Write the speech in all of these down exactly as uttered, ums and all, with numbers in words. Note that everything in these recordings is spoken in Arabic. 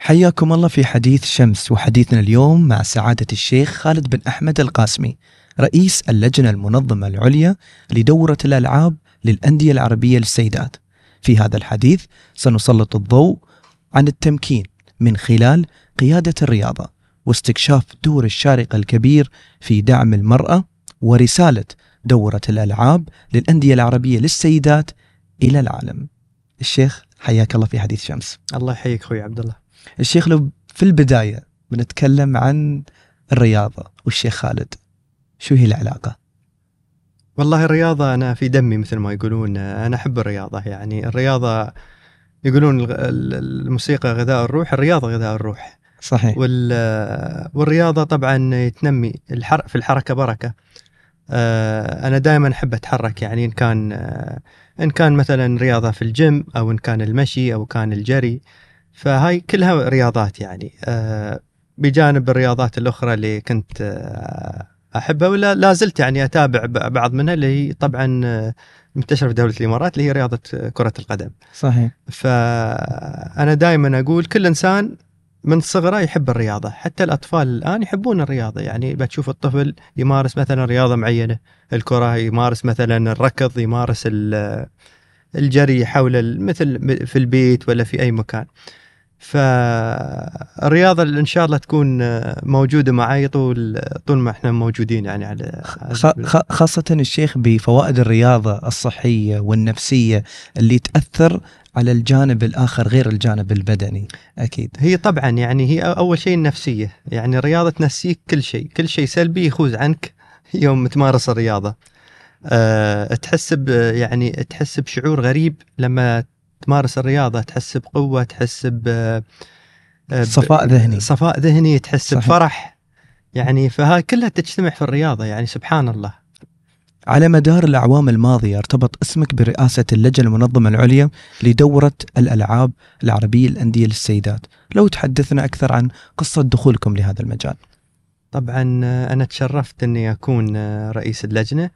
حياكم الله في حديث شمس، وحديثنا اليوم مع سعادة الشيخ خالد بن أحمد القاسمي، رئيس اللجنة المنظمة العليا لدورة الألعاب للأندية العربية للسيدات. في هذا الحديث سنسلط الضوء عن التمكين من خلال قيادة الرياضة، واستكشاف دور الشارقة الكبير في دعم المرأة، ورسالة دورة الألعاب للأندية العربية للسيدات إلى العالم. الشيخ حياك الله في حديث شمس. الله يحييك أخوي عبد الله. الشيخ، لو في البداية بنتكلم عن الرياضة والشيخ خالد، شو هي العلاقة؟ والله الرياضة أنا في دمي مثل ما يقولون، أنا أحب الرياضة. يعني الرياضة يقولون الموسيقى غذاء الروح، الرياضة غذاء الروح. صحيح. والرياضة طبعا تنمي الحر... في الحركة بركة. أنا دائما أحب أتحرك، يعني إن كان إن كان مثلا رياضة في الجيم، أو إن كان المشي، أو كان الجري، فهاي كلها رياضات. يعني بجانب الرياضات الأخرى اللي كنت أحبها ولا لا زلت يعني أتابع بعض منها، اللي هي طبعا منتشرة في دولة الإمارات، اللي هي رياضة كرة القدم. صحيح. فأنا دائما أقول كل إنسان من صغره يحب الرياضة، حتى الأطفال الآن يحبون الرياضة. يعني بتشوف الطفل يمارس مثلا رياضة معينة، الكرة، يمارس مثلا الركض، يمارس الجري حول مثل في البيت ولا في أي مكان. فالرياضة اللي إن شاء الله تكون موجودة معي طول طول ما إحنا موجودين، يعني على خاصة الشيخ بفوائد الرياضة الصحية والنفسية اللي تأثر على الجانب الآخر غير الجانب البدني. أكيد هي طبعا يعني هي أول شيء النفسية، يعني الرياضة تنسيك كل شيء، كل شيء سلبي يخوز عنك يوم تمارس الرياضة. أه تحس يعني تحس بشعور غريب لما تمارس الرياضة، تحس بقوة، تحس ب صفاء ذهني، صفاء ذهني، تحس صحيح. بفرح، يعني فها كلها تجتمع في الرياضة، يعني سبحان الله. على مدار الأعوام الماضية ارتبط اسمك برئاسة اللجنة المنظمة العليا لدورة الألعاب العربية للأندية للسيدات، لو تحدثنا أكثر عن قصة دخولكم لهذا المجال. طبعا أنا تشرفت أني أكون رئيس اللجنة.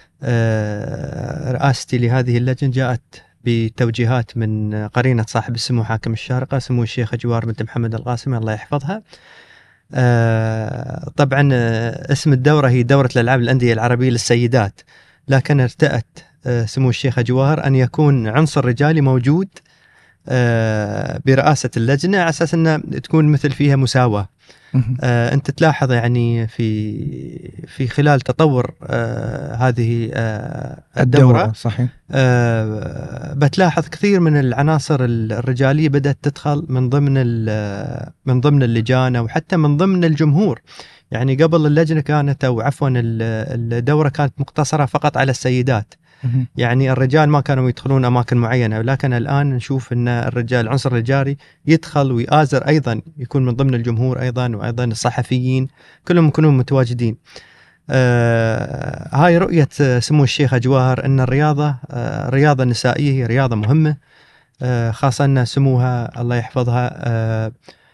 رئاستي لهذه اللجنة جاءت بتوجيهات من قرينة صاحب السمو حاكم الشارقة، سمو الشيخة جوار بنت محمد القاسمي الله يحفظها. طبعا اسم الدورة هي دورة الألعاب الأندية العربية للسيدات، لكن ارتأت سمو الشيخة جواهر أن يكون عنصر رجالي موجود برئاسة اللجنة، على أساس أن تكون مثل فيها مساواة. آه، أنت تلاحظ يعني في في خلال تطور آه، هذه آه، الدورة, الدورة صحيح. آه، بتلاحظ كثير من العناصر الرجالية بدأت تدخل من ضمن من ضمن اللجان، وحتى من ضمن الجمهور. يعني قبل اللجنة كانت أو عفوا الدورة كانت مقتصرة فقط على السيدات، يعني الرجال ما كانوا يدخلون أماكن معينة، لكن الآن نشوف أن الرجال العنصر الرجالي يدخل ويآزر أيضا، يكون من ضمن الجمهور أيضا، وأيضا الصحفيين كلهم يكونون متواجدين. آه هاي رؤية سمو الشيخة جواهر أن الرياضة آه الرياضة النسائية هي رياضة مهمة، آه خاصة أن سموها الله يحفظها آه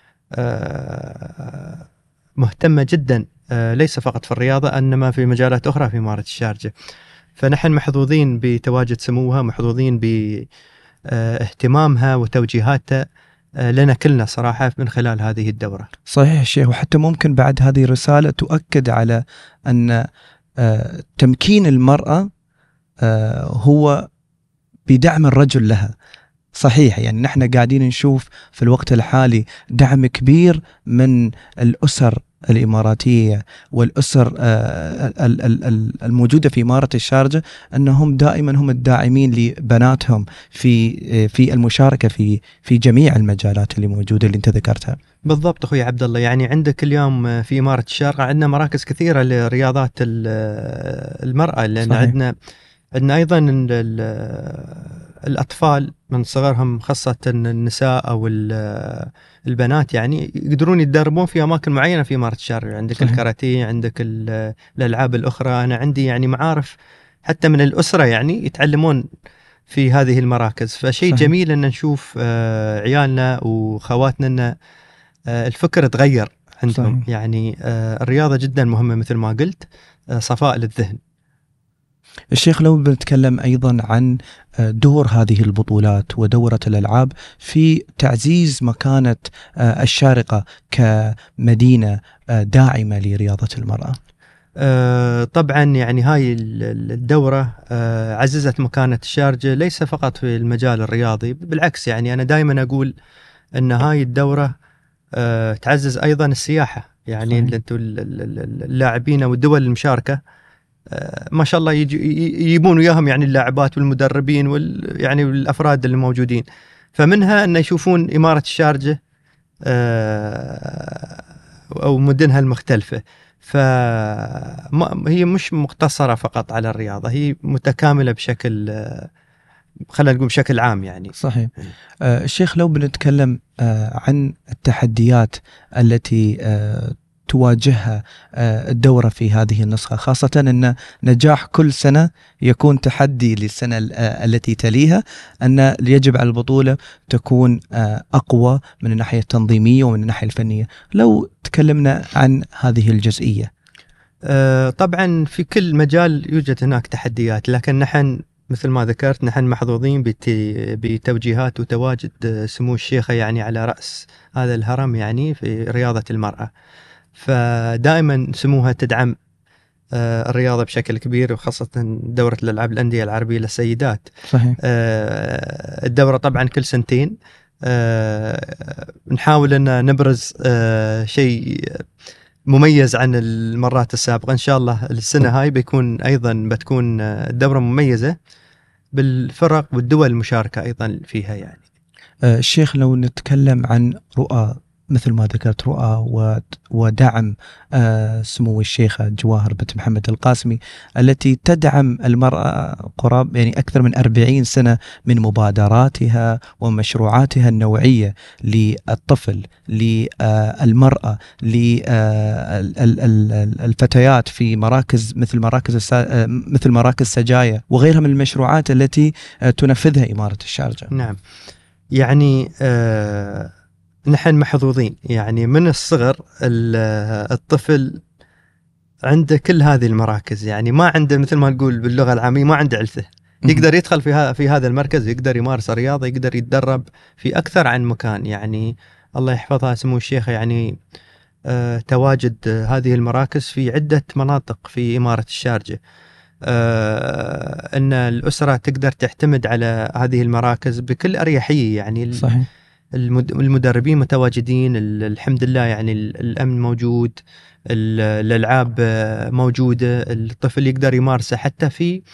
آه مهتمة جدا آه ليس فقط في الرياضة، إنما في مجالات أخرى في إمارة الشارجة. فنحن محظوظين بتواجد سموها، محظوظين باهتمامها وتوجيهاتها لنا كلنا صراحة من خلال هذه الدورة. صحيح شيخ، وحتى ممكن بعد هذه الرسالة تؤكد على أن تمكين المرأة هو بدعم الرجل لها. صحيح، يعني نحن قاعدين نشوف في الوقت الحالي دعم كبير من الأسر الإماراتية والأسر الموجودة في إمارة الشارجة، أنهم دائما هم الداعمين لبناتهم في في المشاركة في في جميع المجالات اللي موجودة اللي أنت ذكرتها. بالضبط أخوي عبد الله، يعني عندك اليوم في إمارة الشارقة عندنا مراكز كثيرة لرياضات المرأة، لأن صحيح. عندنا عندنا أيضا الأطفال من صغرهم، خاصة النساء أو البنات، يعني يقدرون يتدربون في أماكن معينة في إمارة الشارقة. عندك صحيح. الكاراتيه، عندك الألعاب الأخرى. أنا عندي يعني معارف حتى من الأسرة يعني يتعلمون في هذه المراكز. فشيء صحيح. جميل أن نشوف عيالنا وخواتنا أن الفكر تغير عندهم صحيح. يعني الرياضة جدا مهمة مثل ما قلت، صفاء للذهن. الشيخ لو بنتكلم أيضا عن دور هذه البطولات ودورة الألعاب في تعزيز مكانة الشارقة كمدينة داعمة لرياضة المرأة. أه طبعا يعني هاي الدورة أه عززت مكانة الشارقة ليس فقط في المجال الرياضي، بالعكس يعني أنا دائما أقول أن هاي الدورة أه تعزز أيضا السياحة. يعني انتم اللاعبين والدول المشاركة أه ما شاء الله يجيبون وياهم يعني اللاعبات والمدربين وال يعني والأفراد اللي موجودين، فمنها أن يشوفون إمارة الشارقة أه أو مدنها المختلفة. فهي مش مقتصرة فقط على الرياضة، هي متكاملة بشكل خلينا نقول بشكل عام يعني. صحيح. آه الشيخ لو بنتكلم آه عن التحديات التي آه تواجهها آه الدورة في هذه النسخة، خاصة أن نجاح كل سنة يكون تحدي للسنة آه التي تليها، أن يجب على البطولة تكون آه أقوى من الناحية التنظيمية ومن الناحية الفنية. لو تكلمنا عن هذه الجزئية. آه طبعا في كل مجال يوجد هناك تحديات، لكن نحن مثل ما ذكرت نحن محظوظين بتوجيهات وتواجد سمو الشيخة يعني على رأس هذا الهرم يعني في رياضة المرأة، فدائما سموها تدعم الرياضة بشكل كبير، وخاصة دورة الألعاب الأندية العربية للسيدات. صحيح. الدورة طبعا كل سنتين نحاول أن نبرز شيء مميز عن المرات السابقة. إن شاء الله السنة هاي بيكون أيضا بتكون الدورة مميزة بالفرق والدول المشاركة أيضا فيها يعني. الشيخ لو نتكلم عن رؤى مثل ما ذكرت، رؤى ودعم سمو الشيخة جواهر بنت محمد القاسمي التي تدعم المرأة قرابة يعني أكثر من أربعين سنة من مبادراتها ومشروعاتها النوعية للطفل، للمرأة، للفتيات في مراكز مثل مراكز مثل مراكز سجايا وغيرها من المشروعات التي تنفذها إمارة الشارقة. نعم، يعني آه نحن محظوظين يعني من الصغر الطفل عنده كل هذه المراكز، يعني ما عنده مثل ما نقول باللغة العامية ما عنده علثة، يقدر يدخل في في هذا المركز، يقدر يمارس رياضة، يقدر يتدرب في أكثر عن مكان. يعني الله يحفظها سمو الشيخة يعني آه تواجد هذه المراكز في عدة مناطق في إمارة الشارقة، آه أن الأسرة تقدر تعتمد على هذه المراكز بكل أريحية. يعني صحيح. المدربين متواجدين الحمد لله، يعني الأمن موجود، الألعاب موجودة، الطفل يقدر يمارسه حتى في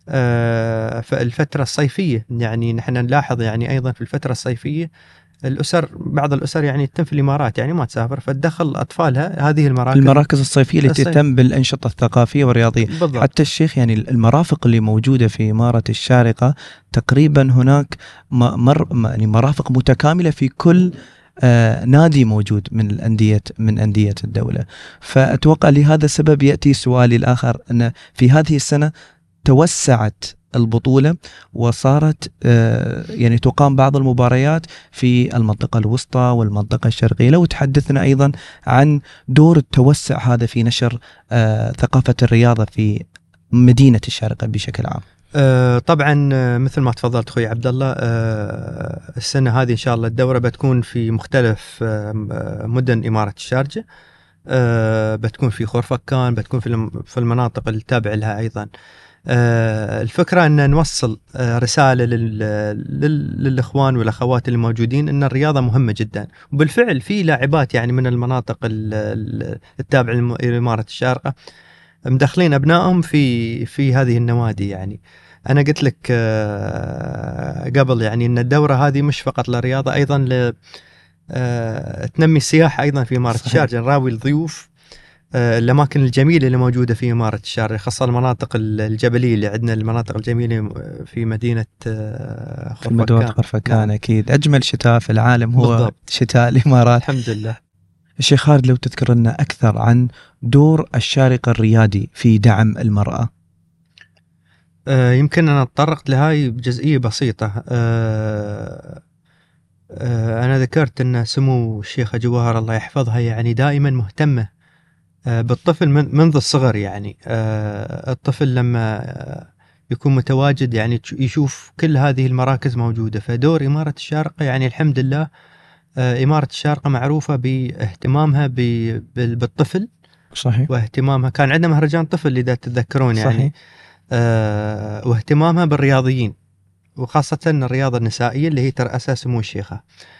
الفترة الصيفية. يعني نحن نلاحظ يعني أيضا في الفترة الصيفية الأسر بعض الأسر يعني تتم في الإمارات يعني ما تسافر، فتدخل أطفالها هذه المراكز المراكز الصيفية التي تهتم بالأنشطة الثقافية والرياضية. بالضبط. حتى الشيخ يعني المرافق اللي موجودة في إمارة الشارقة تقريبا هناك مر يعني مرافق متكاملة في كل آه نادي موجود من الأندية من أندية الدولة. فأتوقع لهذا السبب يأتي سؤالي الآخر، أن في هذه السنة توسعت البطولة وصارت يعني تقام بعض المباريات في المنطقة الوسطى والمنطقة الشرقية. لو تحدثنا أيضا عن دور التوسع هذا في نشر ثقافة الرياضة في مدينة الشارقة بشكل عام. طبعا مثل ما تفضلت أخوي عبد الله، السنة هذه إن شاء الله الدورة بتكون في مختلف مدن إمارة الشارقة، بتكون في خورفكان، بتكون في المناطق التابعة لها أيضا. آه الفكرة أن نوصل آه رسالة للإخوان والأخوات اللي موجودين أن الرياضة مهمة جدا، وبالفعل في لاعبات يعني من المناطق التابعة لإمارة الشارقة مدخلين أبنائهم في في هذه النوادي. يعني أنا قلت لك آه قبل يعني أن الدورة هذه مش فقط للرياضة، أيضا ل آه تنمي السياحة أيضا في إمارة الشارقة، نراوي الضيوف الأماكن الجميلة اللي موجودة في إمارة الشارقة، خاصة المناطق الجبلية اللي عندنا، المناطق الجميلة في مدينة خرفكان. خرفكان أكيد أجمل شتاء في العالم هو بالضبط. شتاء الإمارات الحمد لله. الشيخ خالد لو تذكر لنا أكثر عن دور الشارقة الريادي في دعم المرأة. آه يمكن أنا تطرقت لهاي بجزئية بسيطة. آه آه أنا ذكرت أن سمو الشيخة جواهر الله يحفظها يعني دائما مهتمة بالطفل منذ الصغر. يعني الطفل لما يكون متواجد، يعني يشوف كل هذه المراكز موجودة. فدور إمارة الشارقة يعني الحمد لله، إمارة الشارقة معروفة باهتمامها بالطفل. صحيح. واهتمامها، كان عندنا مهرجان طفل إذا تتذكرون يعني. صحيح. آه واهتمامها بالرياضيين، وخاصة الرياضة النسائية اللي هي ترأسها سمو الشيخة.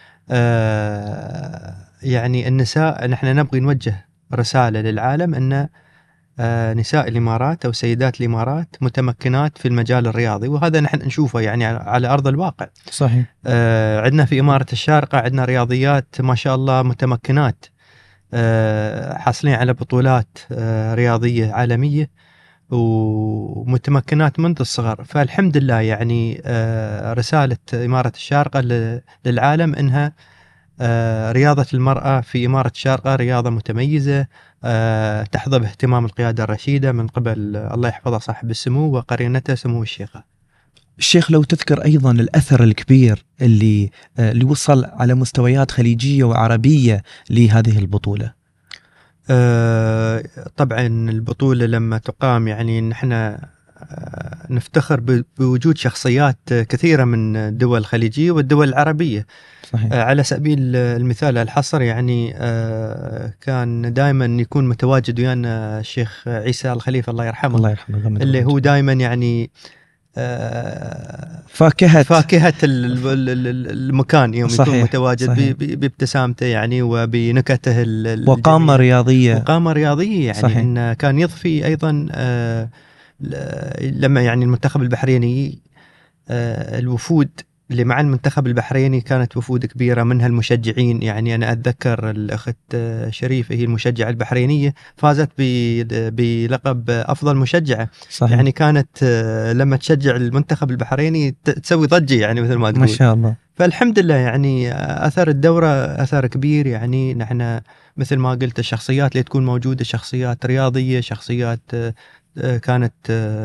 آه يعني النساء، نحن نبغي نوجه رسالة للعالم أن آه نساء الإمارات أو سيدات الإمارات متمكنات في المجال الرياضي، وهذا نحن نشوفه يعني على أرض الواقع. صحيح. آه عندنا في إمارة الشارقة عندنا رياضيات ما شاء الله متمكنات، آه حاصلين على بطولات آه رياضية عالمية ومتمكنات منذ الصغر. فالحمد لله يعني آه رسالة إمارة الشارقة للعالم إنها آه رياضة المرأة في إمارة الشارقة رياضة متميزة، آه تحظى باهتمام القيادة الرشيدة من قبل الله يحفظها صاحب السمو وقرينته سمو الشيخة. الشيخ، لو تذكر أيضا الأثر الكبير اللي اللي وصل على مستويات خليجية وعربية لهذه البطولة. آه طبعا البطولة لما تقام يعني نحن آه نفتخر بوجود شخصيات كثيرة من الدول الخليجية والدول العربية. صحيح. آه على سبيل المثال الحصر يعني آه كان دائما يكون متواجد ويانا الشيخ عيسى الخليفة الله يرحمه، الله يرحمه، اللي هو دائما يعني فاكهة فاكهة المكان يوم صحيح. يكون متواجد. صحيح. بابتسامته يعني وبنكته وقامة رياضية وقامة رياضية يعني. صحيح. إن كان يضفي أيضا لما يعني المنتخب البحريني الوفود اللي مع المنتخب البحريني كانت وفود كبيرة منها المشجعين. يعني أنا أتذكر الأخت شريفة هي المشجعة البحرينية فازت بلقب أفضل مشجعة. صحيح. يعني كانت لما تشجع المنتخب البحريني تسوي ضجة يعني مثل ما تقول. ما شاء الله. فالحمد لله يعني أثر الدورة أثر كبير. يعني نحن مثل ما قلت الشخصيات اللي تكون موجودة شخصيات رياضية، شخصيات كانت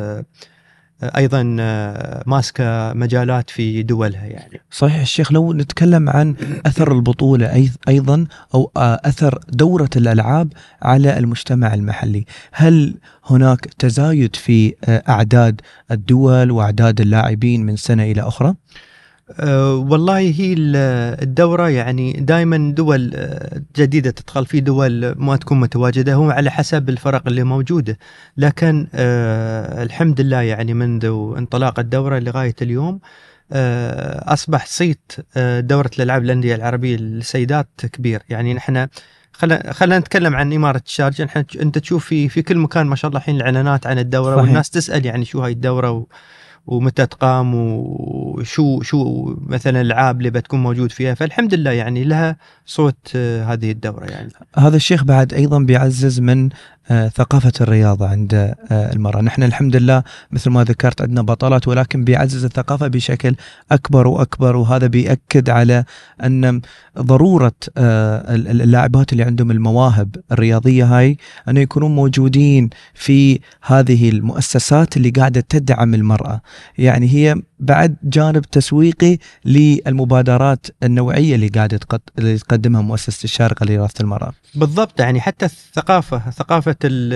أيضا ماسكة مجالات في دولها يعني. صحيح. الشيخ، لو نتكلم عن أثر البطولة أيضا أو أثر دورة الألعاب على المجتمع المحلي، هل هناك تزايد في أعداد الدول وأعداد اللاعبين من سنة إلى أخرى؟ أه والله هي الدورة يعني دائما دول جديدة تدخل في دول ما تكون متواجدة، هو على حسب الفرق اللي موجودة. لكن أه الحمد لله يعني منذ انطلاق الدورة لغاية اليوم أه أصبح صيت دورة الألعاب الأندية العربية للسيدات كبير. يعني نحن خلينا خلينا نتكلم عن إمارة الشارقة. نحن أنت تشوف في في كل مكان ما شاء الله الحين الإعلانات عن الدورة. صحيح. والناس تسأل يعني شو هاي الدورة و ومتى تقام وشو شو مثلا الالعاب اللي بتكون موجود فيها. فالحمد لله يعني لها صوت هذه الدورة يعني. هذا الشيخ بعد أيضا بيعزز من ثقافة الرياضة عند المرأة. نحن الحمد لله مثل ما ذكرت عندنا بطلات، ولكن بيعزز الثقافة بشكل أكبر وأكبر، وهذا بيأكد على أن ضرورة اللاعبات اللي عندهم المواهب الرياضية هاي أن يكونوا موجودين في هذه المؤسسات اللي قاعدة تدعم المرأة. يعني هي بعد جانب تسويقي للمبادرات النوعية اللي قاعدة تقدمها مؤسسة الشارقة لإغاثة المرأة. بالضبط. يعني حتى الثقافة ثقافة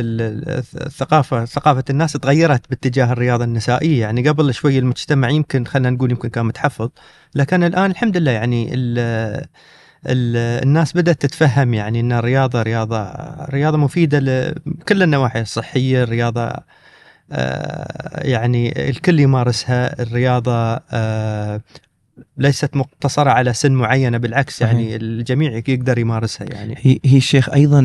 الثقافة ثقافة الناس تغيرت باتجاه الرياضة النسائية. يعني قبل شوي المجتمع يمكن خلينا نقول يمكن كان متحفظ، لكن الآن الحمد لله يعني ال ال الناس بدأت تتفهم يعني أن الرياضة رياضة رياضة مفيدة لكل النواحي الصحية. الرياضة آه يعني الكل يمارسها. الرياضة آه ليست مقتصرة على سن معينة، بالعكس يعني صحيح. الجميع يقدر يمارسها يعني. هي هي الشيخ أيضا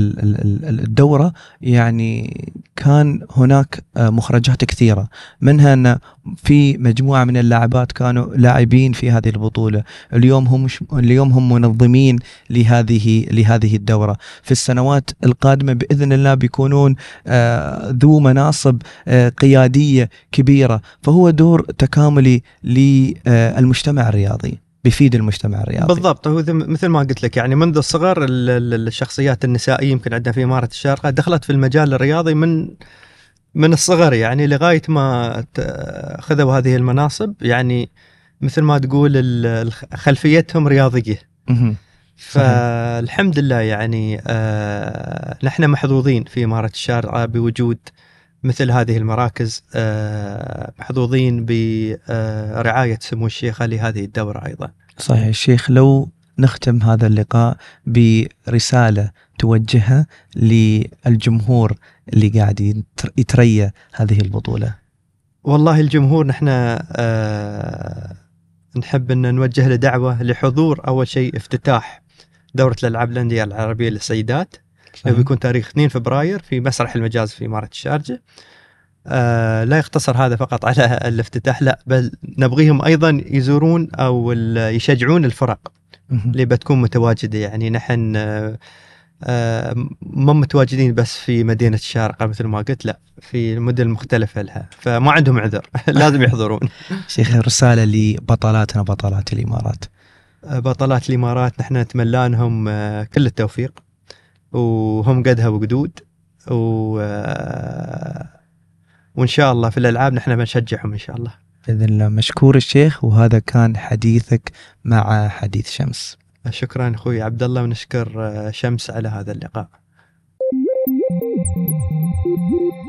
الدورة يعني كان هناك مخرجات كثيرة، منها أن في مجموعة من اللاعبات كانوا لاعبين في هذه البطولة، اليوم هم اليوم هم منظمين لهذه لهذه الدورة. في السنوات القادمة بإذن الله بيكونون ذو مناصب قيادية كبيرة. فهو دور تكاملي للمجتمع الرياضي، بيفيد المجتمع الرياضي. بالضبط. هو مثل ما قلت لك يعني منذ الصغر الشخصيات النسائية يمكن عندنا في إمارة الشارقة دخلت في المجال الرياضي من من الصغر يعني لغاية ما أخذوا هذه المناصب. يعني مثل ما تقول خلفيتهم رياضية. فالحمد لله يعني آه نحن محظوظين في إمارة الشارقة بوجود مثل هذه المراكز محظوظين برعاية سمو الشيخة لهذه الدورة أيضا. صحيح الشيخ، لو نختم هذا اللقاء برسالة توجهها للجمهور اللي قاعد يتريى هذه البطولة. والله الجمهور نحن أه نحب أن نوجه له دعوة لحضور أول شيء افتتاح دورة الألعاب الأندية العربية للسيدات، بيكون تاريخ اثنين فبراير في مسرح المجاز في إمارة الشارجة. آه لا يقتصر هذا فقط على الافتتاح، لا بل نبغيهم أيضا يزورون أو يشجعون الفرق اللي بتكون متواجدة. يعني نحن آه آه ما متواجدين بس في مدينة الشارقة مثل ما قلت، لا في المدن المختلفة لها، فما عندهم عذر لازم يحضرون. شيخ رسالة لبطلاتنا بطلات الإمارات. بطلات الإمارات نحن نتمنى لهم آه كل التوفيق، وهم قدها وقدود، و آه وإن شاء الله في الألعاب نحن بنشجعهم إن شاء الله بإذن الله. مشكور الشيخ، وهذا كان حديثك مع حديث شمس. شكرا أخوي عبد الله، ونشكر شمس على هذا اللقاء.